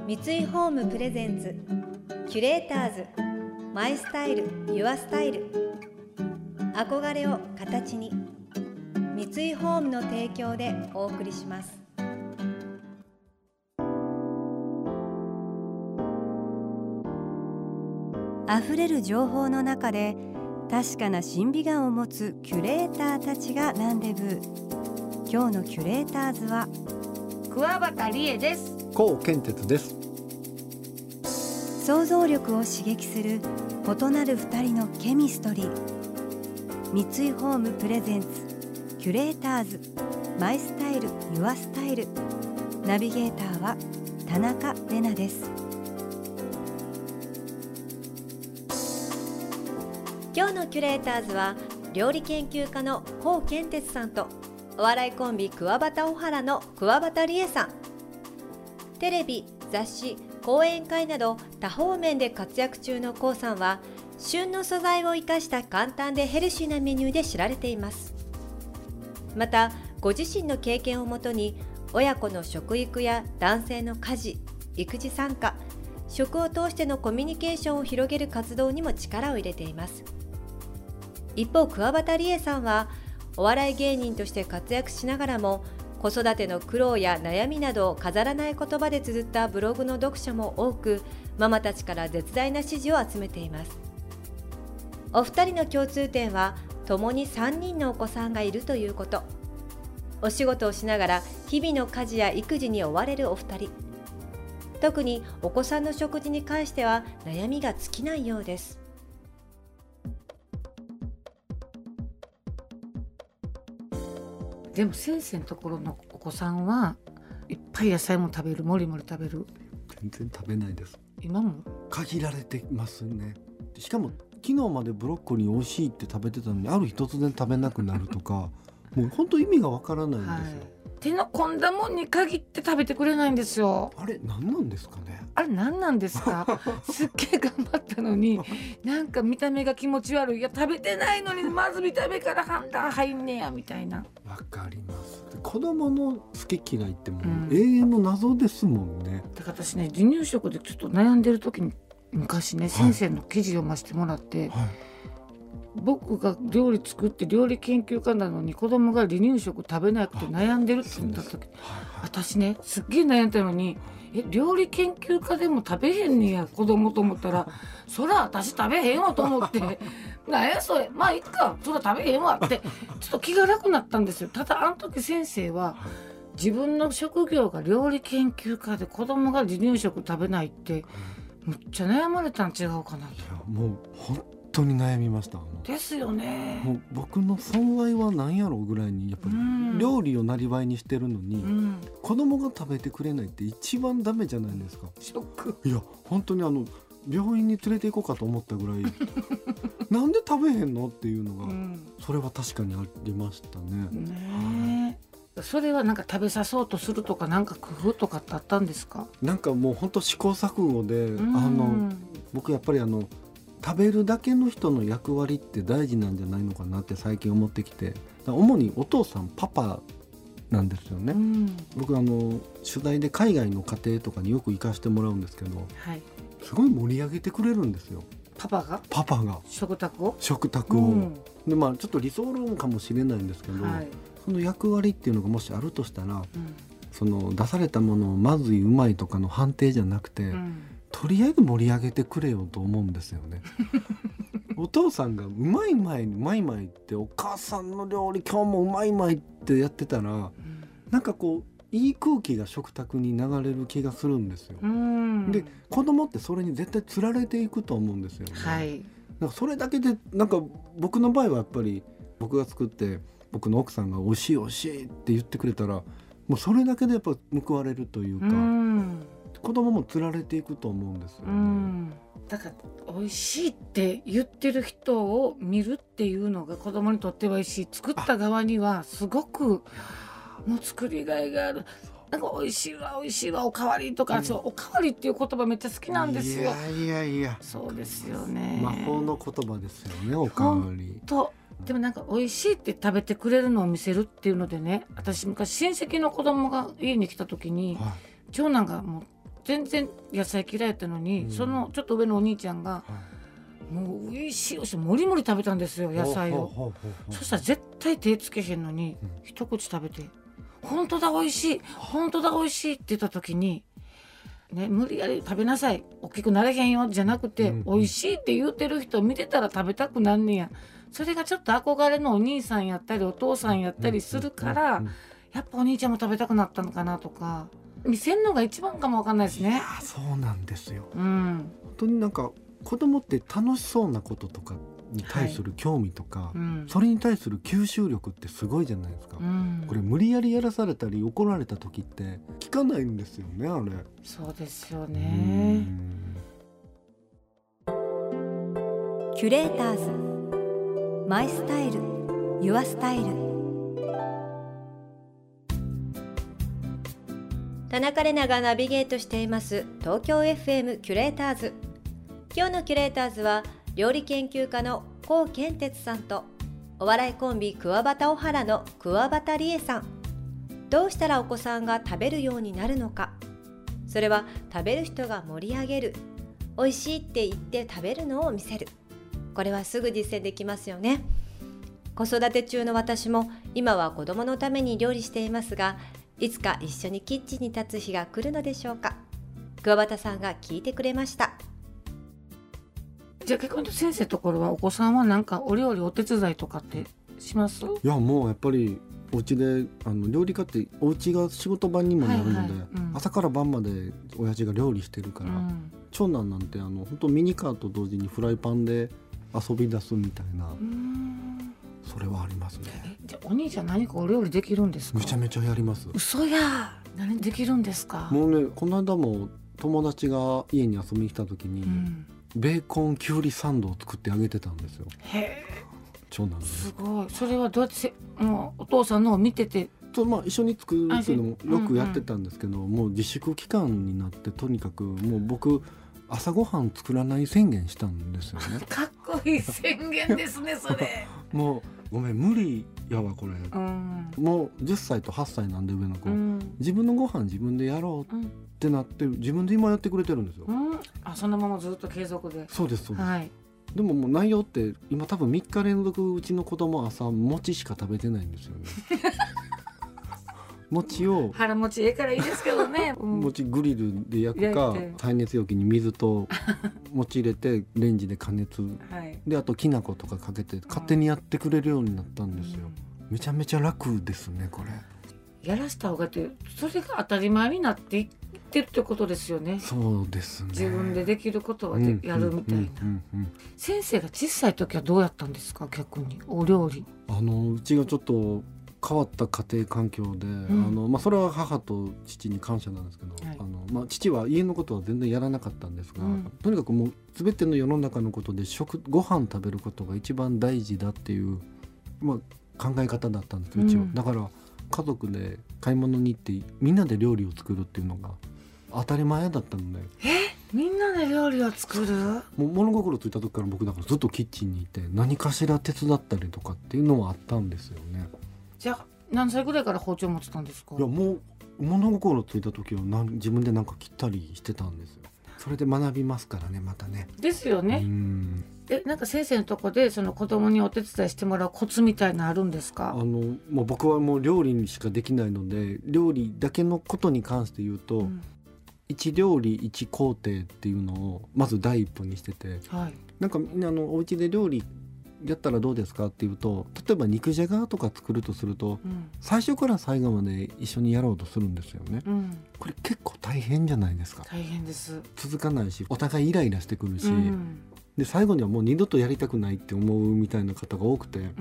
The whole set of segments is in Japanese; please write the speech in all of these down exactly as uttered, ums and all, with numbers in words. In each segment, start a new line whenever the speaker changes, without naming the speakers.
三井ホームプレゼンツキュレーターズマイスタイルユアスタイル、憧れを形に、三井ホームの提供でお送りします。あふれる情報の中で確かな審美眼を持つキュレーターたちがランデブー。今日のキュレーターズは
桑畑理恵です。
高健哲です。
想像力を刺激する異なる二人のケミストリー。三井ホームプレゼンツキュレーターズマイスタイルユアスタイル、ナビゲーターは田中れなです。今日のキュレーターズは料理研究家の高健哲さんとお笑いコンビ桑畑小原の桑畑理恵さん。テレビ、雑誌、講演会など多方面で活躍中の高さんは、旬の素材を生かした簡単でヘルシーなメニューで知られています。またご自身の経験をもとに親子の食育や男性の家事、育児参加、食を通してのコミュニケーションを広げる活動にも力を入れています。一方、桑畑理恵さんはお笑い芸人として活躍しながらも、子育ての苦労や悩みなどを飾らない言葉で綴ったブログの読者も多く、ママたちから絶大な支持を集めています。お二人の共通点は、共にさんにんのお子さんがいるということ。お仕事をしながら日々の家事や育児に追われるお二人。特にお子さんの食事に関しては悩みが尽きないようです。
でも先生のところのお子さんはいっぱい野菜も食べる、もりもり食べる？
全然食べないです。
今も
限られてますね。しかも昨日までブロッコリー美味しいって食べてたのに、ある日突然食べなくなるとかもう本当意味がわからないんですよ、はい、
手の込んだもんに限って食べてくれないんですよ。
あれ何なんですかね。
あれ何なんですかすっげえ頑張ったのになんか見た目が気持ち悪い。いや食べてないのにまず見た目から判断入んねやみたいな。
わかります。子供の好き嫌いってもう永遠の謎ですもんね、
うん、だから私ね、離乳食でちょっと悩んでる時に昔ね、先生の記事を読ませてもらって、はいはい、僕が料理作って料理研究家なのに子供が離乳食食べなくて悩んでるって言った時、はいはい、私ねすっげえ悩んだのに、え料理研究家でも食べへんねや子供と思ったらそら私食べへんわと思ってなんやそれ、まあいっか、そら食べへんわってちょっと気が楽になったんですよ。ただあの時先生は自分の職業が料理研究家で子供が離乳食食べないってむっちゃ悩まれたん違うかなと。い
やもう本当に悩みました。
ですよね。
もう僕の損害は何やろうぐらいにやっぱり料理をなりわいにしてるのに、うん、子供が食べてくれないって一番ダメじゃないですか。
ショック。
いや本当にあの病院に連れて行こうかと思ったぐらいなんで食べへんのっていうのが、うん、それは確かにありましたね。
ねえ、それはなんか食べさそうとするとかなんか工夫とかってあったんですか？
なんかもう本当試行錯誤で、うん、あの僕やっぱりあの食べるだけの人の役割って大事なんじゃないのかなって最近思ってきて、主にお父さんパパなんですよね、うん、僕あの取材で海外の家庭とかによく行かせてもらうんですけど、はい、すごい盛り上げてくれるんですよ。
パパが
パパが
食卓を
食卓を、うん、でまあちょっと理想論かもしれないんですけど、はい、その役割っていうのがもしあるとしたら、うん、その出されたものをまずいうまいとかの判定じゃなくて、うん、とりあえず盛り上げてくれよと思うんですよねお父さんがうまいうまいうまいうまいってお母さんの料理今日もうまいうまいってやってたら、うん、なんかこういい空気が食卓に流れる気がするんですよ。うんで子供ってそれに絶対つられていくと思うんですよね、はい、なんかそれだけでなんか僕の場合はやっぱり僕が作って僕の奥さんが美味しい美味しいって言ってくれたらもうそれだけでやっぱ報われるというか、うん子供もつられていくと思うんですよね。うん
だから美味しいって言ってる人を見るっていうのが子供にとってはいいし、作った側にはすごくもう作りがいがある。なんか美味しいわ美味しいわおかわりとか、うん、そうおかわりっていう言葉めっちゃ好きなんですよ。
いやいやいや
そうですよね。
魔法の言葉ですよねおかわり。
とでもなんか美味しいって食べてくれるのを見せるっていうのでね、私昔親戚の子供が家に来た時に、はい、長男がもう全然野菜嫌いやったのに、うん、そのちょっと上のお兄ちゃんが、はい、もう美味しいおいしいもりもり食べたんですよ野菜を。そしたら絶対手つけへんのに、うん、一口食べて本当だ美味しい本当だ美味しいって言った時に、ね、無理やり食べなさい大きくなれへんよじゃなくて、うん、美味しいって言ってる人見てたら食べたくなんねや。それがちょっと憧れのお兄さんやったりお父さんやったりするから、うんうんうん、やっぱお兄ちゃんも食べたくなったのかなとか見せんのが一番かもわかんないですね。いや
そうなんですよ、
うん、
本当になんか子供って楽しそうなこととかに対する興味とか、はいうん、それに対する吸収力ってすごいじゃないですか、うん、これ無理やりやらされたり怒られた時って効かないんですよねあれ。
そうですよね。
キュレーターズマイスタイルユアスタイル。田中れながナビゲートしています東京 エフエム キュレーターズ。今日のキュレーターズは料理研究家の高健哲さんとお笑いコンビくわばたおはらのくわばたりえさん。どうしたらお子さんが食べるようになるのか。それは食べる人が盛り上げる、美味しいって言って食べるのを見せる。これはすぐ実践できますよね。子育て中の私も今は子供のために料理していますが、いつか一緒にキッチンに立つ日が来るのでしょうか。桑畑さんが聞いてくれました。
じゃあ結構先生のところはお子さんはなんかお料理お手伝いとかってします？い
やもうやっぱりお家であの料理家ってお家が仕事場にもなるので、はいはいうん、朝から晩まで親父が料理してるから、うん、長男なんてあの本当ミニカーと同時にフライパンで遊び出すみたいな、うーんそれはありますね。
えじゃあお兄ちゃん何かお料理できるんですか？
めちゃめちゃやります。
嘘や何できるんですか？
もうねこの間も友達が家に遊びに来た時に、うん、ベーコンきゅうりサンドを作ってあげてたんですよ。
へえ
長男
すごい。それはどうやってせもうお父さんのを見てて
と、まあ、一緒に作るっていうのもよくやってたんですけど、うんうん、もう自粛期間になってとにかくもう僕朝ごはん作らない宣言したんですよね。
かっこいい宣言ですねそれ
もうごめん無理やわこれ、うん、もうじゅっさいとはっさいなんで上の子、うん、自分のご飯自分でやろうってなって自分で今やってくれてるんですよ、うん、
あそのままずっと継続で。
そうですそうです、
はい、
でももう内容って今多分みっか連続うちの子供朝餅しか食べてないんですよね餅を
腹持ちええからいいですけどね、
うん、餅グリルで焼くか耐熱容器に水と餅入れてレンジで加熱、はい、であときな粉とかかけて勝手にやってくれるようになったんですよ、うん、めちゃめちゃ楽ですねこれ。
やらした方がってそれが当たり前になっていってるってことですよね。
そうですね。
自分でできることはでやるみたいな。先生が小さい時はどうやったんですか？逆にお料理。
あのうちがちょっと変わった家庭環境で、うん、あのまあ、それは母と父に感謝なんですけど、はい、あのまあ、父は家のことは全然やらなかったんですが、うん、とにかくもう全ての世の中のことで食ご飯食べることが一番大事だっていう、まあ、考え方だったんですうちは、うん、だから家族で買い物に行ってみんなで料理を作るっていうのが当たり前だったので。
えみんなで料理を作る？
もう物心ついた時から僕だからずっとキッチンにいて何かしら手伝ったりとかっていうのはあったんですよね。
じゃあ何歳ぐらいから包丁持ってたんですか？
いやもう物心ついた時はなん自分でなんか切ったりしてたんですよ。それで学びますからねまたね。
ですよね。うんえなんか先生のとこでその子供にお手伝いしてもらうコツみたいなのあるんですか？
あのもう僕はもう料理にしかできないので料理だけのことに関して言うと、うん、いち料理いち工程っていうのをまず第一歩にしてて、はい、なんかみんなあのお家で料理やったらどうですかっていうと例えば肉じゃがとか作るとすると、うん、最初から最後まで一緒にやろうとするんですよね、うん、これ結構大変じゃないですか。
大変です。
続かないしお互いイライラしてくるし、うん、で最後にはもう二度とやりたくないって思うみたいな方が多くて、うん、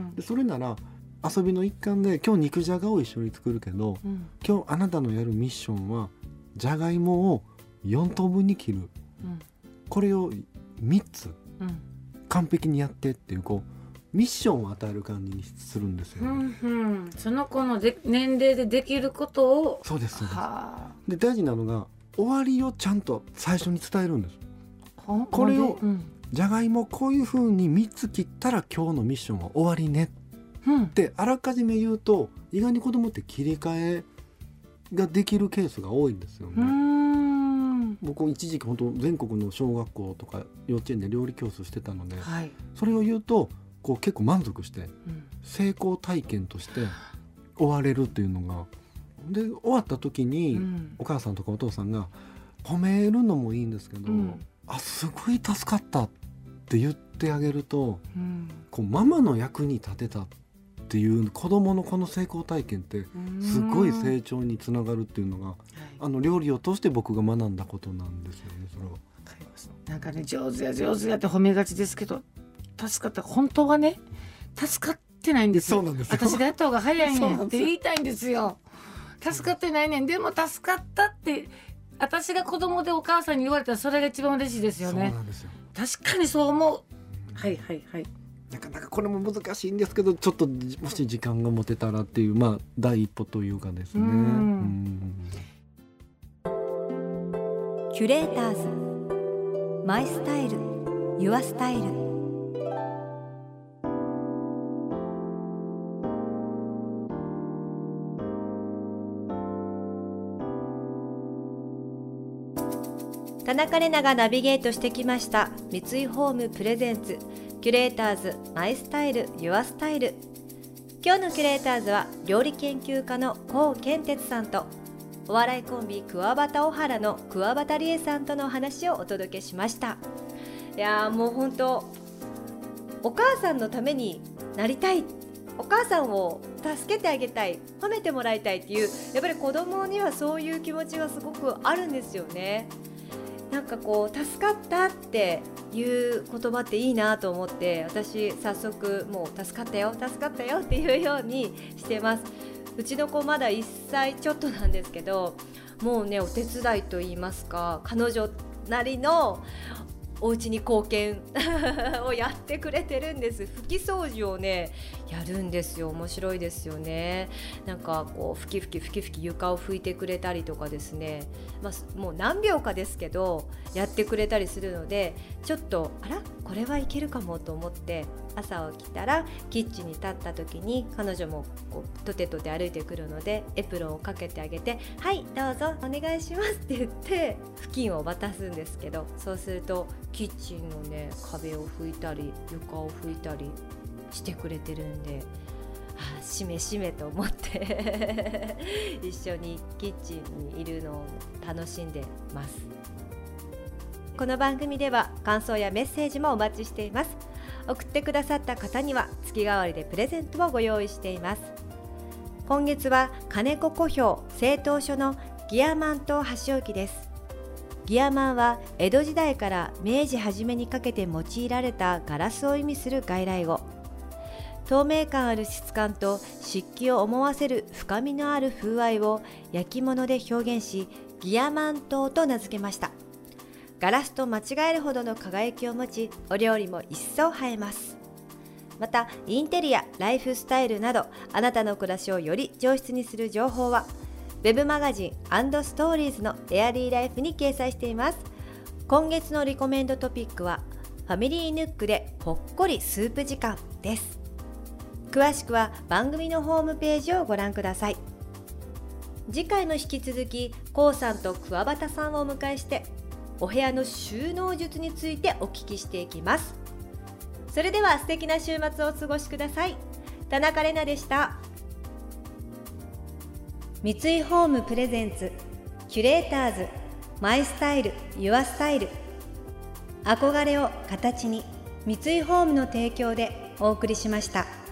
でそれなら遊びの一環で今日肉じゃがを一緒に作るけど、うん、今日あなたのやるミッションはじゃがいもをよん等分に切る、うん、これをみっつ、うん完璧にやってっていうこうミッションを与える感じにするんですよ、ね
うんうん、その子ので年齢でできることを
そうですそうですで大事なのが終わりをちゃんと最初に伝えるんです。これを、うん、じゃがいもこういう風にみっつ切ったら今日のミッションは終わりね、うん、ってあらかじめ言うと意外に子供って切り替えができるケースが多いんですよね。うーん僕一時期本当全国の小学校とか幼稚園で料理教室してたので、
はい、
それを言うとこう結構満足して、うん、成功体験として終われるっていうのがで終わった時に、うん、お母さんとかお父さんが褒めるのもいいんですけど、うん、あすごい助かったって言ってあげると、うん、こうママの役に立てたっていう子どものこの成功体験ってすごい成長につながるっていうのが、あの料理を通して僕が学んだことなんですよね。それは
分かります。なんかね上手や上手やって褒めがちですけど助かった本当はね助かってないんですよ。
そうなんですよ。
私がやった方が早いねんって言いたいんですよ。助かってないねんでも助かったって私が子供でお母さんに言われたらそれが一番嬉しいですよね。
そうなんですよ。
確かにそう思う、うん、はいはいはい。
なかなかこれも難しいんですけどちょっともし時間が持てたらっていう、まあ、第一歩というかですね。うんうん
キュレーターズマイスタイルユアスタイル。田中れながナビゲートしてきました三井ホームプレゼンツキュレーターズマイスタイルユアスタイル。今日のキュレーターズは料理研究家のコウケンテツさんとお笑いコンビくわばたおはらのくわばたりえさんとのお話をお届けしました。いやーもう本当お母さんのためになりたい、お母さんを助けてあげたい、褒めてもらいたいっていうやっぱり子供にはそういう気持ちがすごくあるんですよね。なんかこう助かったっていう言葉っていいなと思って私早速もう助かったよ助かったよっていうようにしてます。うちの子まだいっさいちょっとなんですけどもうねお手伝いといいますか彼女なりのお家に貢献をやってくれてるんです。拭き掃除をねやるんですよ。面白いですよね。なんかこう拭き拭き拭き拭き床を拭いてくれたりとかですね、まあ、もう何秒かですけどやってくれたりするのでちょっとあらこれはいけるかもと思って朝起きたらキッチンに立った時に彼女もこうとてとて歩いてくるのでエプロンをかけてあげてはいどうぞお願いしますって言って布巾を渡すんですけどそうするとキッチンのね壁を拭いたり床を拭いたりしてくれてるんであしめしめと思って一緒にキッチンにいるのを楽しんでます。この番組では感想やメッセージもお待ちしています。送ってくださった方には月替わりでプレゼントをご用意しています。今月は金子古表製陶所のギヤマンと箸置きです。ギヤマンは江戸時代から明治初めにかけて用いられたガラスを意味する外来語。透明感ある質感と漆器を思わせる深みのある風合いを焼き物で表現しギヤマン刀と名付けました。ガラスと間違えるほどの輝きを持ちお料理も一層映えます。またインテリア、ライフスタイルなどあなたの暮らしをより上質にする情報はウェブマガジン&ストーリーズのエアリーライフに掲載しています。今月のリコメンドトピックはファミリーヌックでほっこりスープ時間です。詳しくは番組のホームページをご覧ください。次回も引き続きコウさんと桑畑さんをお迎えしてお部屋の収納術についてお聞きしていきます。それでは素敵な週末をお過ごしください。田中れなでした。三井ホームプレゼンツキュレーターズマイスタイルユアスタイル。憧れを形に三井ホームの提供でお送りしました。